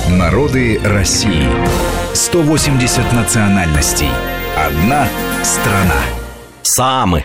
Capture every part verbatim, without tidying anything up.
Народы России. сто восемьдесят национальностей. Одна страна. Саамы.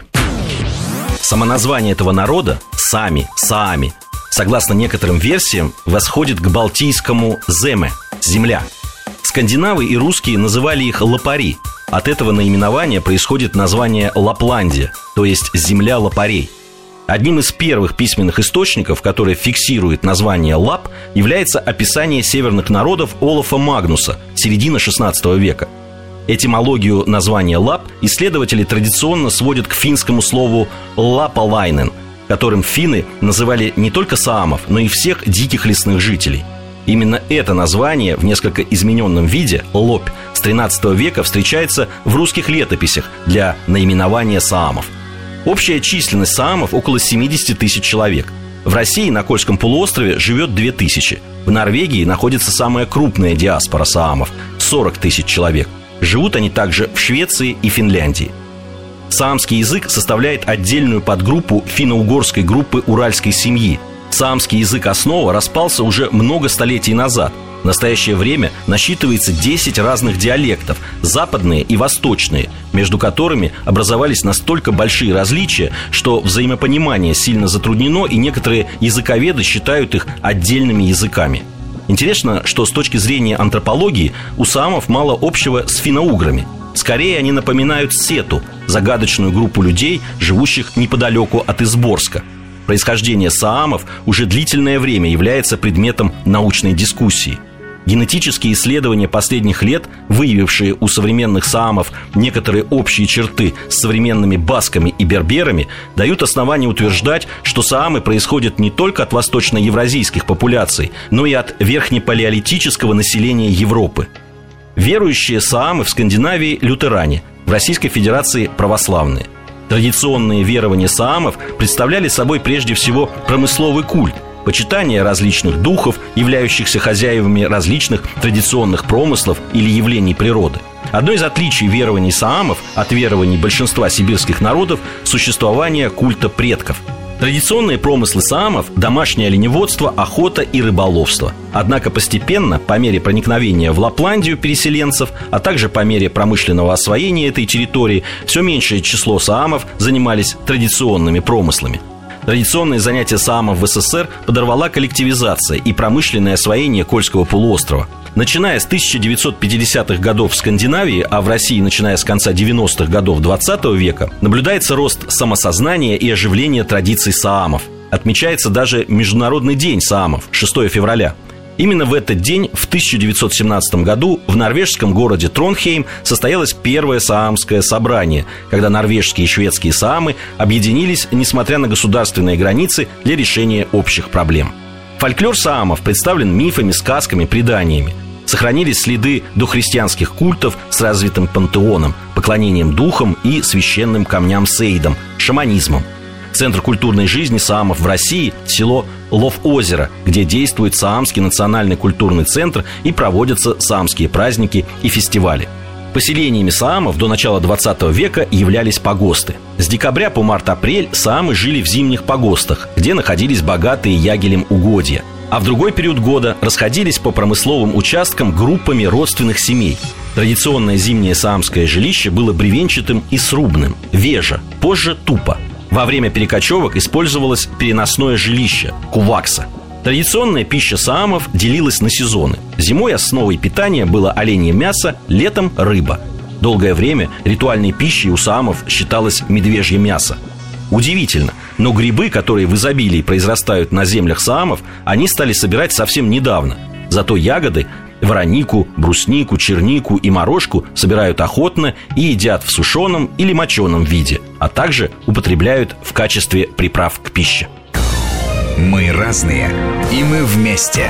Самоназвание этого народа «сами», «саами», согласно некоторым версиям, восходит к балтийскому «земе» – «земля». Скандинавы и русские называли их лопари. От этого наименования происходит название Лапландия, то есть «земля лопарей». Одним из первых письменных источников, который фиксирует название Лап, является описание северных народов Олафа Магнуса, середина шестнадцатого века. Этимологию названия Лап исследователи традиционно сводят к финскому слову «лапалайнен», которым финны называли не только саамов, но и всех диких лесных жителей. Именно это название в несколько измененном виде, лопь, с тринадцатого века встречается в русских летописях для наименования саамов. Общая численность саамов около семьдесят тысяч человек. В России на Кольском полуострове живет две тысячи. В Норвегии находится самая крупная диаспора саамов – сорок тысяч человек. Живут они также в Швеции и Финляндии. Саамский язык составляет отдельную подгруппу финно-угорской группы уральской семьи. Саамский язык основа распался уже много столетий назад. В настоящее время насчитывается десять разных диалектов, западные и восточные, между которыми образовались настолько большие различия, что взаимопонимание сильно затруднено, и некоторые языковеды считают их отдельными языками. Интересно, что с точки зрения антропологии у саамов мало общего с финно-уграми. Скорее, они напоминают сету, загадочную группу людей, живущих неподалеку от Изборска. Происхождение саамов уже длительное время является предметом научной дискуссии. Генетические исследования последних лет, выявившие у современных саамов некоторые общие черты с современными басками и берберами, дают основание утверждать, что саамы происходят не только от восточноевразийских популяций, но и от верхнепалеолитического населения Европы. Верующие саамы в Скандинавии – лютеране, в Российской Федерации – православные. Традиционные верования саамов представляли собой прежде всего промысловый культ, почитание различных духов, являющихся хозяевами различных традиционных промыслов или явлений природы. Одно из отличий верований саамов от верований большинства сибирских народов – существование культа предков. Традиционные промыслы саамов – домашнее оленеводство, охота и рыболовство. Однако постепенно, по мере проникновения в Лапландию переселенцев, а также по мере промышленного освоения этой территории, все меньшее число саамов занимались традиционными промыслами. Традиционные занятия саамов в СССР подорвала коллективизация и промышленное освоение Кольского полуострова. Начиная с тысяча девятьсот пятидесятых годов в Скандинавии, а в России начиная с конца девяностых годов двадцатого века, наблюдается рост самосознания и оживление традиций саамов. Отмечается даже Международный день саамов, шестого февраля. Именно в этот день, в тысяча девятьсот семнадцатом году, в норвежском городе Тронхейм состоялось первое саамское собрание, когда норвежские и шведские саамы объединились, несмотря на государственные границы, для решения общих проблем. Фольклор саамов представлен мифами, сказками, преданиями. Сохранились следы дохристианских культов с развитым пантеоном, поклонением духам и священным камням-сейдам, шаманизмом. Центр культурной жизни саамов в России – село Лов-озеро, где действует Саамский национальный культурный центр и проводятся саамские праздники и фестивали. Поселениями саамов до начала двадцатого века являлись погосты. С декабря по март-апрель саамы жили в зимних погостах, где находились богатые ягелем угодья. А в другой период года расходились по промысловым участкам группами родственных семей. Традиционное зимнее саамское жилище было бревенчатым и срубным, вежа, позже тупо. Во время перекочевок использовалось переносное жилище – кувакса. Традиционная пища саамов делилась на сезоны. Зимой основой питания было оленье мясо, летом – рыба. Долгое время ритуальной пищей у саамов считалось медвежье мясо. Удивительно, но грибы, которые в изобилии произрастают на землях саамов, они стали собирать совсем недавно. Зато ягоды – воронику, бруснику, чернику и морожку собирают охотно и едят в сушеном или моченом виде, а также употребляют в качестве приправ к пище. Мы разные, и мы вместе.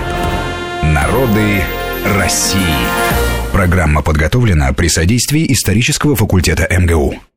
Народы России. Программа подготовлена при содействии исторического факультета эм гэ у.